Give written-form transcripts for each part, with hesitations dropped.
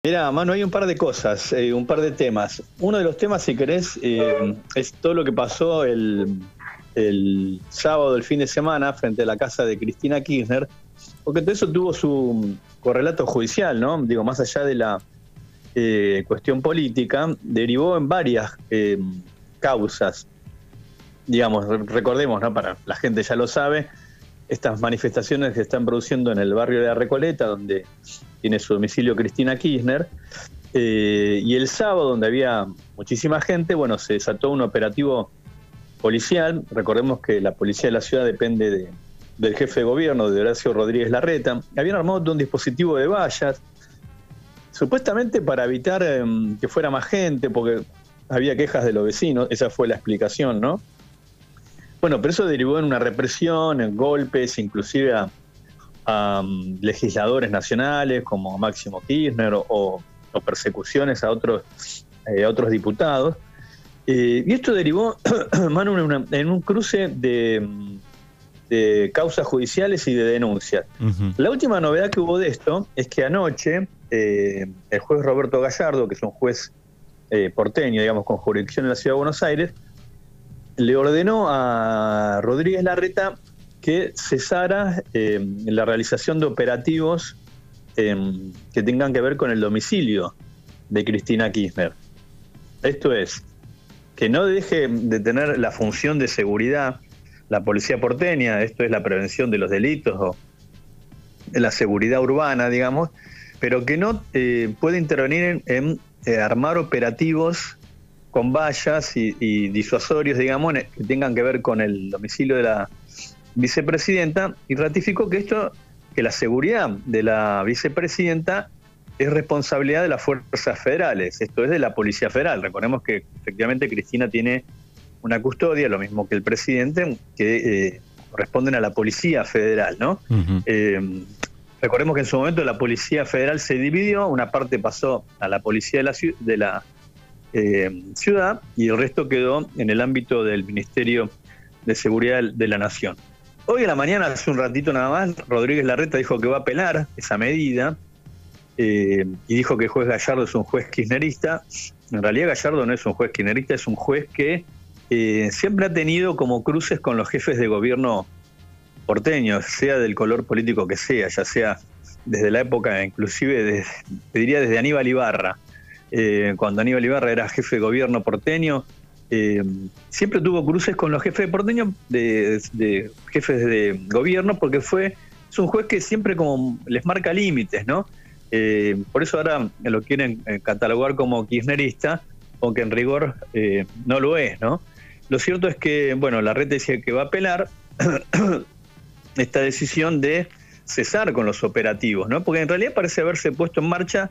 Mira, Manu, hay un par de cosas, un par de temas. Uno de los temas, si querés, es todo lo que pasó el sábado, el fin de semana, frente a la casa de Cristina Kirchner, porque todo eso tuvo su correlato judicial, ¿no? Digo, más allá de la cuestión política, derivó en varias causas. Digamos, recordemos, ¿no? Para la gente ya lo sabe, estas manifestaciones que se están produciendo en el barrio de la Recoleta, donde tiene su domicilio Cristina Kirchner, y el sábado, donde había muchísima gente, bueno, se desató un operativo policial. Recordemos que la policía de la ciudad depende del jefe de gobierno, de Horacio Rodríguez Larreta. Habían armado un dispositivo de vallas, supuestamente para evitar que fuera más gente, porque había quejas de los vecinos. Esa fue la explicación, ¿no? Bueno, pero eso derivó en una represión, en golpes, inclusive a legisladores nacionales como Máximo Kirchner o persecuciones a otros diputados. Y esto derivó, Manu, en un cruce de causas judiciales y de denuncias. Uh-huh. La última novedad que hubo de esto es que anoche el juez Roberto Gallardo, que es un juez porteño, digamos, con jurisdicción en la Ciudad de Buenos Aires, le ordenó a Rodríguez Larreta que cesara la realización de operativos que tengan que ver con el domicilio de Cristina Kirchner. Esto es, que no deje de tener la función de seguridad la policía porteña, esto es la prevención de los delitos o la seguridad urbana, digamos, pero que no puede intervenir en armar operativos con vallas y disuasorios, digamos, que tengan que ver con el domicilio de la vicepresidenta, y ratificó que la seguridad de la vicepresidenta es responsabilidad de las fuerzas federales, esto es de la Policía Federal. Recordemos que efectivamente Cristina tiene una custodia, lo mismo que el presidente, que corresponden a la Policía Federal, ¿no? Uh-huh. Recordemos que en su momento la Policía Federal se dividió, una parte pasó a la Policía de la ciudad y el resto quedó en el ámbito del Ministerio de Seguridad de la Nación. Hoy en la mañana, hace un ratito nada más, Rodríguez Larreta dijo que va a apelar esa medida y dijo que el juez Gallardo es un juez kirchnerista. En realidad Gallardo no es un juez kirchnerista, es un juez que siempre ha tenido como cruces con los jefes de gobierno porteños, sea del color político que sea, ya sea desde la época, inclusive te diría desde Aníbal Ibarra. Cuando Aníbal Ibarra era jefe de gobierno porteño, siempre tuvo cruces con los jefes de porteño, de jefes de gobierno, porque es un juez que siempre como les marca límites, ¿no? Por eso ahora lo quieren catalogar como kirchnerista, aunque en rigor no lo es, ¿no? Lo cierto es que, bueno, Larreta decía que va a apelar esta decisión de cesar con los operativos, ¿no? Porque en realidad parece haberse puesto en marcha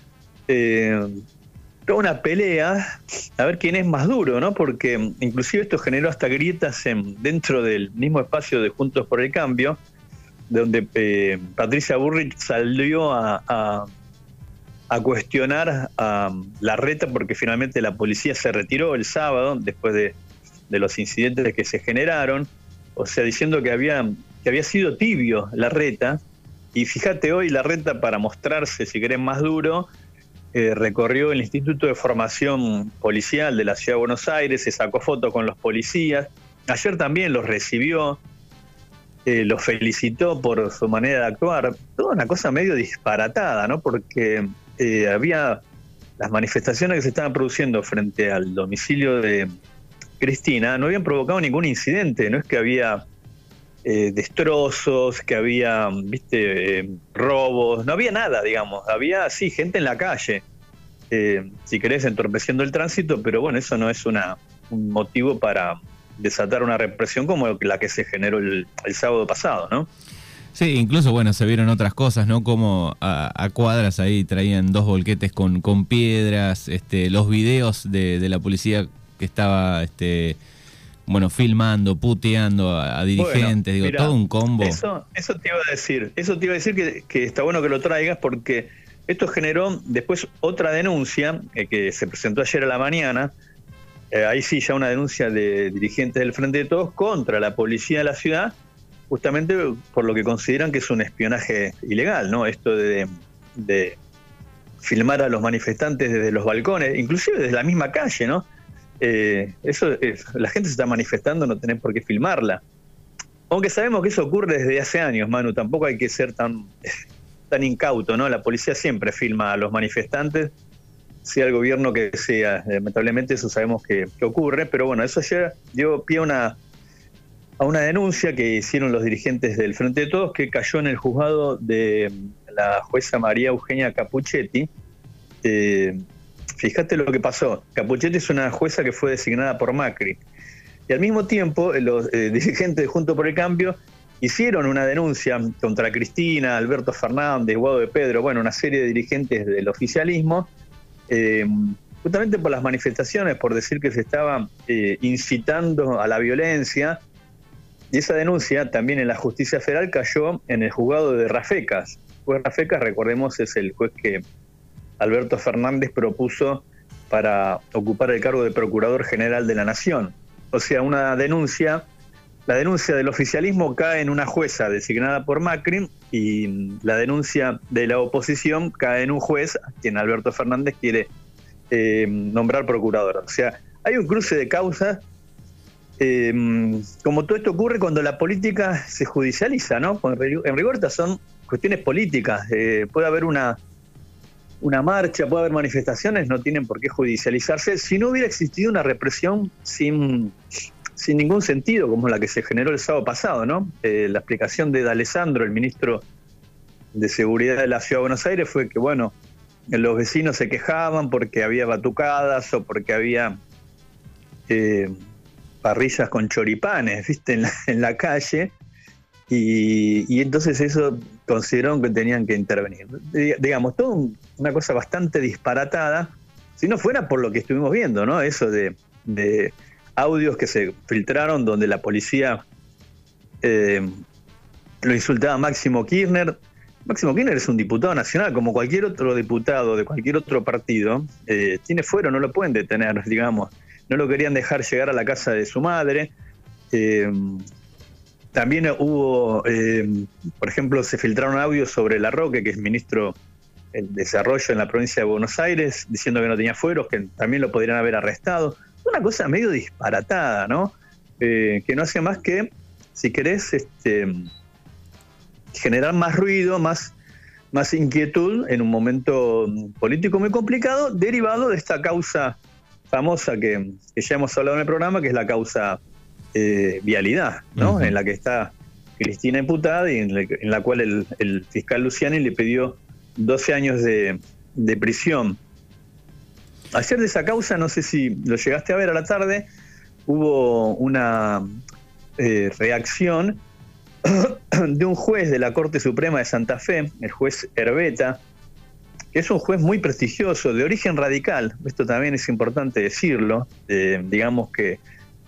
toda una pelea a ver quién es más duro, ¿no? Porque inclusive esto generó hasta grietas dentro del mismo espacio de Juntos por el Cambio, donde Patricia Bullrich salió a cuestionar a Larreta porque finalmente la policía se retiró el sábado después de los incidentes que se generaron, o sea, diciendo que había sido tibio Larreta. Y fíjate, hoy Larreta, para mostrarse, si querés, más duro, recorrió el Instituto de Formación Policial de la Ciudad de Buenos Aires, se sacó fotos con los policías. Ayer también los recibió, los felicitó por su manera de actuar. Toda una cosa medio disparatada, ¿no? Porque había las manifestaciones que se estaban produciendo frente al domicilio de Cristina, no habían provocado ningún incidente, no es que había destrozos, que había, robos, no había nada, digamos, había, sí, gente en la calle, si querés, entorpeciendo el tránsito, pero bueno, eso no es un motivo para desatar una represión como la que se generó el sábado pasado, ¿no? Sí, incluso, bueno, se vieron otras cosas, ¿no? Como a cuadras ahí traían 2 volquetes con piedras, los videos de la policía que estaba, filmando, puteando a dirigentes, bueno, mirá, todo un combo. Eso te iba a decir que está bueno que lo traigas, porque esto generó después otra denuncia que se presentó ayer a la mañana, ahí sí ya una denuncia de dirigentes del Frente de Todos contra la policía de la ciudad, justamente por lo que consideran que es un espionaje ilegal, ¿no? Esto de filmar a los manifestantes desde los balcones, inclusive desde la misma calle, ¿no? La gente se está manifestando, no tenés por qué filmarla. Aunque sabemos que eso ocurre desde hace años, Manu, tampoco hay que ser tan incauto, ¿no? La policía siempre filma a los manifestantes, sea el gobierno que sea. Lamentablemente eso sabemos que ocurre, pero bueno, eso ayer dio pie a una denuncia que hicieron los dirigentes del Frente de Todos, que cayó en el juzgado de la jueza María Eugenia Capuchetti. Fíjate lo que pasó. Capuchetti es una jueza que fue designada por Macri. Y al mismo tiempo, los dirigentes de Juntos por el Cambio hicieron una denuncia contra Cristina, Alberto Fernández, Guado de Pedro, bueno, una serie de dirigentes del oficialismo, justamente por las manifestaciones, por decir que se estaba incitando a la violencia. Y esa denuncia también en la justicia federal cayó en el juzgado de Rafecas. El juez Rafecas, recordemos, es el juez que Alberto Fernández propuso para ocupar el cargo de Procurador General de la Nación. O sea, la denuncia del oficialismo cae en una jueza designada por Macri y la denuncia de la oposición cae en un juez a quien Alberto Fernández quiere nombrar procurador. O sea, hay un cruce de causas. Como todo esto ocurre cuando la política se judicializa, ¿no? En rigor estas son cuestiones políticas. Puede haber una marcha, puede haber manifestaciones, no tienen por qué judicializarse. Si no hubiera existido una represión sin ningún sentido, como la que se generó el sábado pasado, ¿no? La explicación de D'Alessandro, el ministro de Seguridad de la Ciudad de Buenos Aires, fue que, bueno, los vecinos se quejaban porque había batucadas o porque había parrillas con choripanes, ¿viste? En la calle. Y entonces eso consideraron que tenían que intervenir. Digamos, todo una cosa bastante disparatada, si no fuera por lo que estuvimos viendo, ¿no? Eso de audios que se filtraron donde la policía lo insultaba a Máximo Kirchner. Máximo Kirchner es un diputado nacional, como cualquier otro diputado de cualquier otro partido. Tiene fuero, no lo pueden detener, digamos. No lo querían dejar llegar a la casa de su madre. También hubo, por ejemplo, se filtraron audios sobre Larroque, que es ministro del Desarrollo en la provincia de Buenos Aires, diciendo que no tenía fueros, que también lo podrían haber arrestado. Una cosa medio disparatada, ¿no? Que no hace más que, si querés, generar más ruido, más inquietud en un momento político muy complicado, derivado de esta causa famosa que ya hemos hablado en el programa, que es la causa vialidad, ¿no? Uh-huh. En la que está Cristina imputada y en la cual el fiscal Luciani le pidió 12 años de prisión. Ayer de esa causa, no sé si lo llegaste a ver a la tarde, hubo una reacción de un juez de la Corte Suprema de Santa Fe, el juez Herbeta, que es un juez muy prestigioso, de origen radical. Esto también es importante decirlo. Digamos que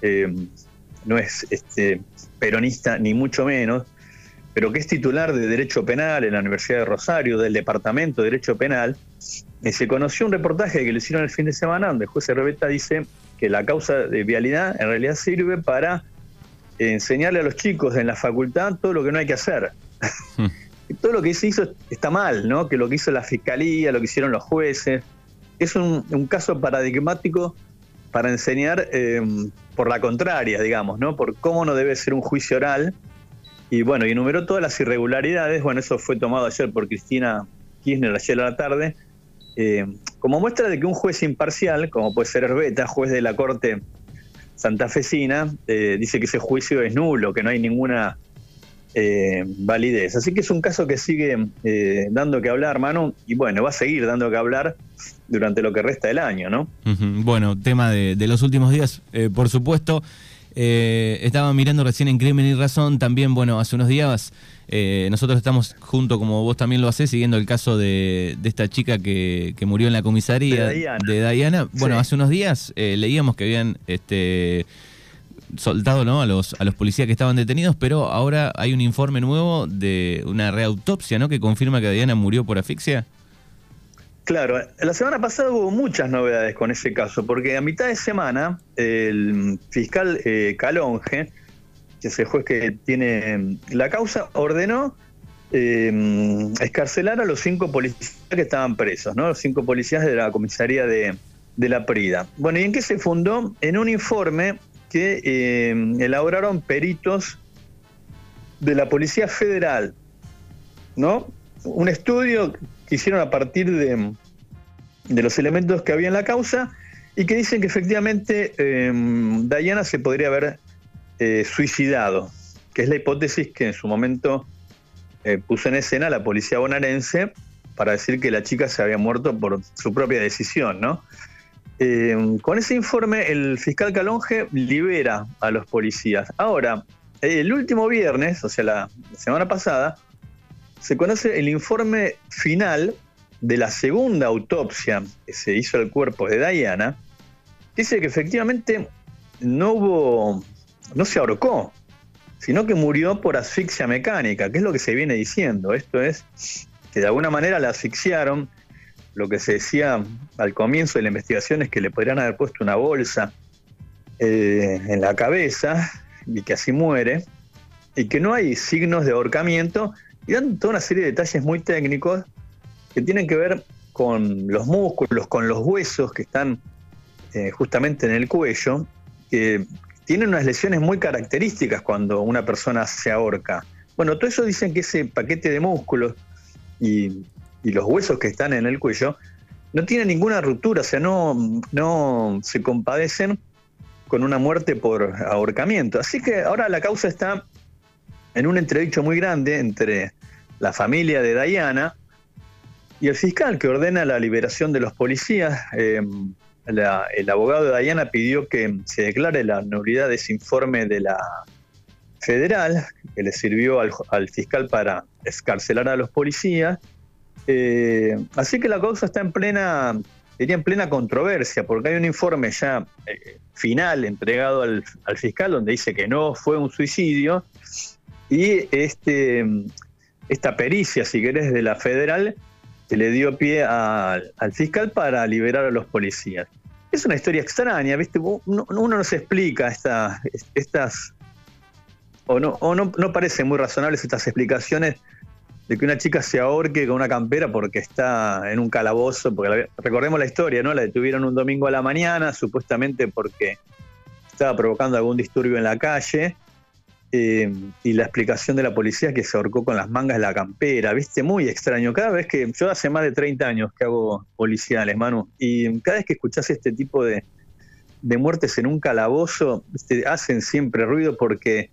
no es peronista ni mucho menos, pero que es titular de Derecho Penal en la Universidad de Rosario, del Departamento de Derecho Penal. Se conoció un reportaje que le hicieron el fin de semana donde el juez Herbeta dice que la causa de vialidad en realidad sirve para enseñarle a los chicos en la facultad todo lo que no hay que hacer. Y todo lo que se hizo está mal, ¿no? Que lo que hizo la fiscalía, lo que hicieron los jueces, es un caso paradigmático para enseñar por la contraria, digamos, ¿no? Por cómo no debe ser un juicio oral. Y bueno, y enumeró todas las irregularidades. Bueno, eso fue tomado ayer por Cristina Kirchner ayer a la tarde, como muestra de que un juez imparcial, como puede ser Herbeta, juez de la Corte santafesina, dice que ese juicio es nulo, que no hay ninguna validez. Así que es un caso que sigue dando que hablar, Manu, y bueno, va a seguir dando que hablar durante lo que resta del año, ¿no? Uh-huh. Bueno, tema de los últimos días, por supuesto. Estaba mirando recién en Crimen y Razón, también, bueno, hace unos días nosotros estamos junto, como vos también lo hacés, siguiendo el caso de esta chica que murió en la comisaría de Dayana. Bueno, sí. Hace unos días leíamos que habían soltado, ¿no?, a los policías que estaban detenidos, pero ahora hay un informe nuevo de una reautopsia, ¿no?, que confirma que Dayana murió por asfixia. Claro, la semana pasada hubo muchas novedades con ese caso, porque a mitad de semana el fiscal Calonge, que es el juez que tiene la causa, ordenó excarcelar a los 5 policías que estaban presos, ¿no? Los 5 policías de la comisaría de la Prida. Bueno, ¿y en qué se fundó? En un informe que elaboraron peritos de la Policía Federal, ¿no? Un estudio que hicieron a partir de los elementos que había en la causa y que dicen que efectivamente Dayana se podría haber suicidado, que es la hipótesis que en su momento puso en escena la policía bonaerense para decir que la chica se había muerto por su propia decisión, ¿no? Con ese informe el fiscal Calonge libera a los policías. Ahora, el último viernes, o sea, la semana pasada, se conoce el informe final de la segunda autopsia que se hizo al cuerpo de Dayana. Dice que efectivamente no se ahorcó, sino que murió por asfixia mecánica, que es lo que se viene diciendo. Esto es que de alguna manera la asfixiaron. Lo que se decía al comienzo de la investigación es que le podrían haber puesto una bolsa en la cabeza y que así muere, y que no hay signos de ahorcamiento, y dan toda una serie de detalles muy técnicos que tienen que ver con los músculos, con los huesos que están justamente en el cuello, que tienen unas lesiones muy características cuando una persona se ahorca. Bueno, todo eso dicen que ese paquete de músculos y los huesos que están en el cuello no tienen ninguna ruptura, o sea, no se compadecen con una muerte por ahorcamiento. Así que ahora la causa está en un entredicho muy grande entre la familia de Dayana y el fiscal que ordena la liberación de los policías. El abogado de Dayana pidió que se declare la nulidad de ese informe de la federal, que le sirvió al fiscal para excarcelar a los policías. Así que la causa está en plena controversia, porque hay un informe ya final entregado al fiscal donde dice que no fue un suicidio, y esta pericia, si querés, de la federal que le dio pie al fiscal para liberar a los policías. Es una historia extraña, ¿viste? Uno no se explica estas o no parecen muy razonables estas explicaciones de que una chica se ahorque con una campera porque está en un calabozo, porque recordemos la historia, ¿no? La detuvieron un domingo a la mañana, supuestamente porque estaba provocando algún disturbio en la calle, y la explicación de la policía es que se ahorcó con las mangas de la campera, ¿viste? Muy extraño. Cada vez que, yo hace más de 30 años que hago policiales, Manu, y cada vez que escuchás este tipo de muertes en un calabozo, hacen siempre ruido porque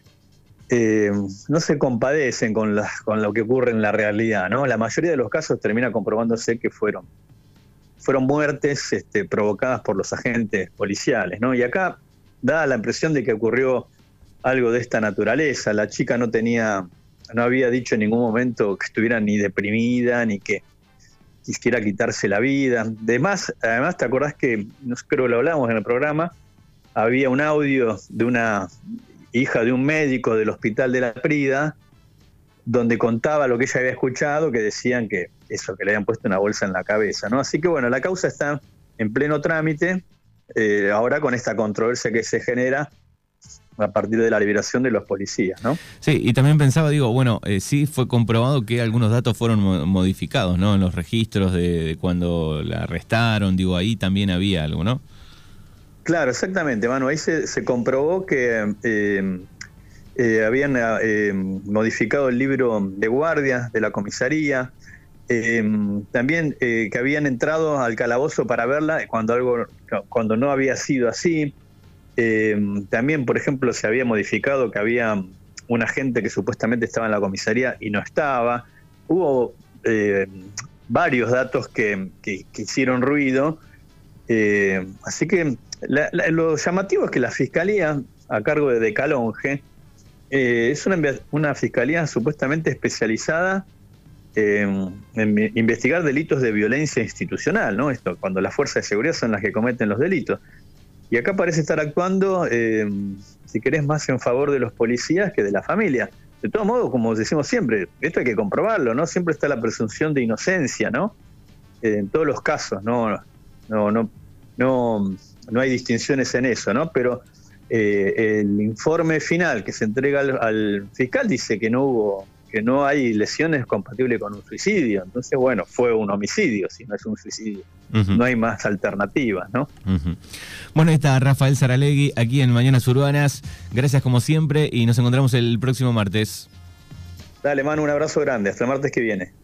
no se compadecen con lo que ocurre en la realidad, ¿no? La mayoría de los casos termina comprobándose que fueron muertes provocadas por los agentes policiales, ¿no? Y acá da la impresión de que ocurrió algo de esta naturaleza. La chica no había dicho en ningún momento que estuviera ni deprimida, ni que quisiera quitarse la vida. Además, ¿te acordás que, no creo que lo hablamos en el programa, había un audio de una hija de un médico del hospital de la Prida, donde contaba lo que ella había escuchado, que decían que le habían puesto una bolsa en la cabeza, ¿no? Así que bueno, la causa está en pleno trámite, ahora con esta controversia que se genera a partir de la liberación de los policías, ¿no? Sí, y también pensaba, sí fue comprobado que algunos datos fueron modificados, ¿no? En los registros de cuando la arrestaron, ahí también había algo, ¿no? Claro, exactamente, Manu. Ahí se comprobó que habían modificado el libro de guardia de la comisaría, también que habían entrado al calabozo para verla cuando no había sido así. También, por ejemplo, se había modificado que había un agente que supuestamente estaba en la comisaría y no estaba. Hubo varios datos que hicieron ruido. Así que lo llamativo es que la fiscalía, a cargo de Calonge, es una fiscalía supuestamente especializada en investigar delitos de violencia institucional, ¿no? Esto, cuando las fuerzas de seguridad son las que cometen los delitos. Y acá parece estar actuando, si querés, más en favor de los policías que de la familia. De todos modos, como decimos siempre, esto hay que comprobarlo, ¿no? Siempre está la presunción de inocencia, ¿no? En todos los casos, no hay distinciones en eso, ¿no? Pero el informe final que se entrega al fiscal dice que no hubo porque no hay lesiones compatibles con un suicidio. Entonces, bueno, fue un homicidio, si no es un suicidio. No hay más alternativas, ¿no? Bueno, ahí está Rafael Saralegui, aquí en Mañanas Urbanas. Gracias como siempre y nos encontramos el próximo martes. Dale, Manu, un abrazo grande. Hasta el martes que viene.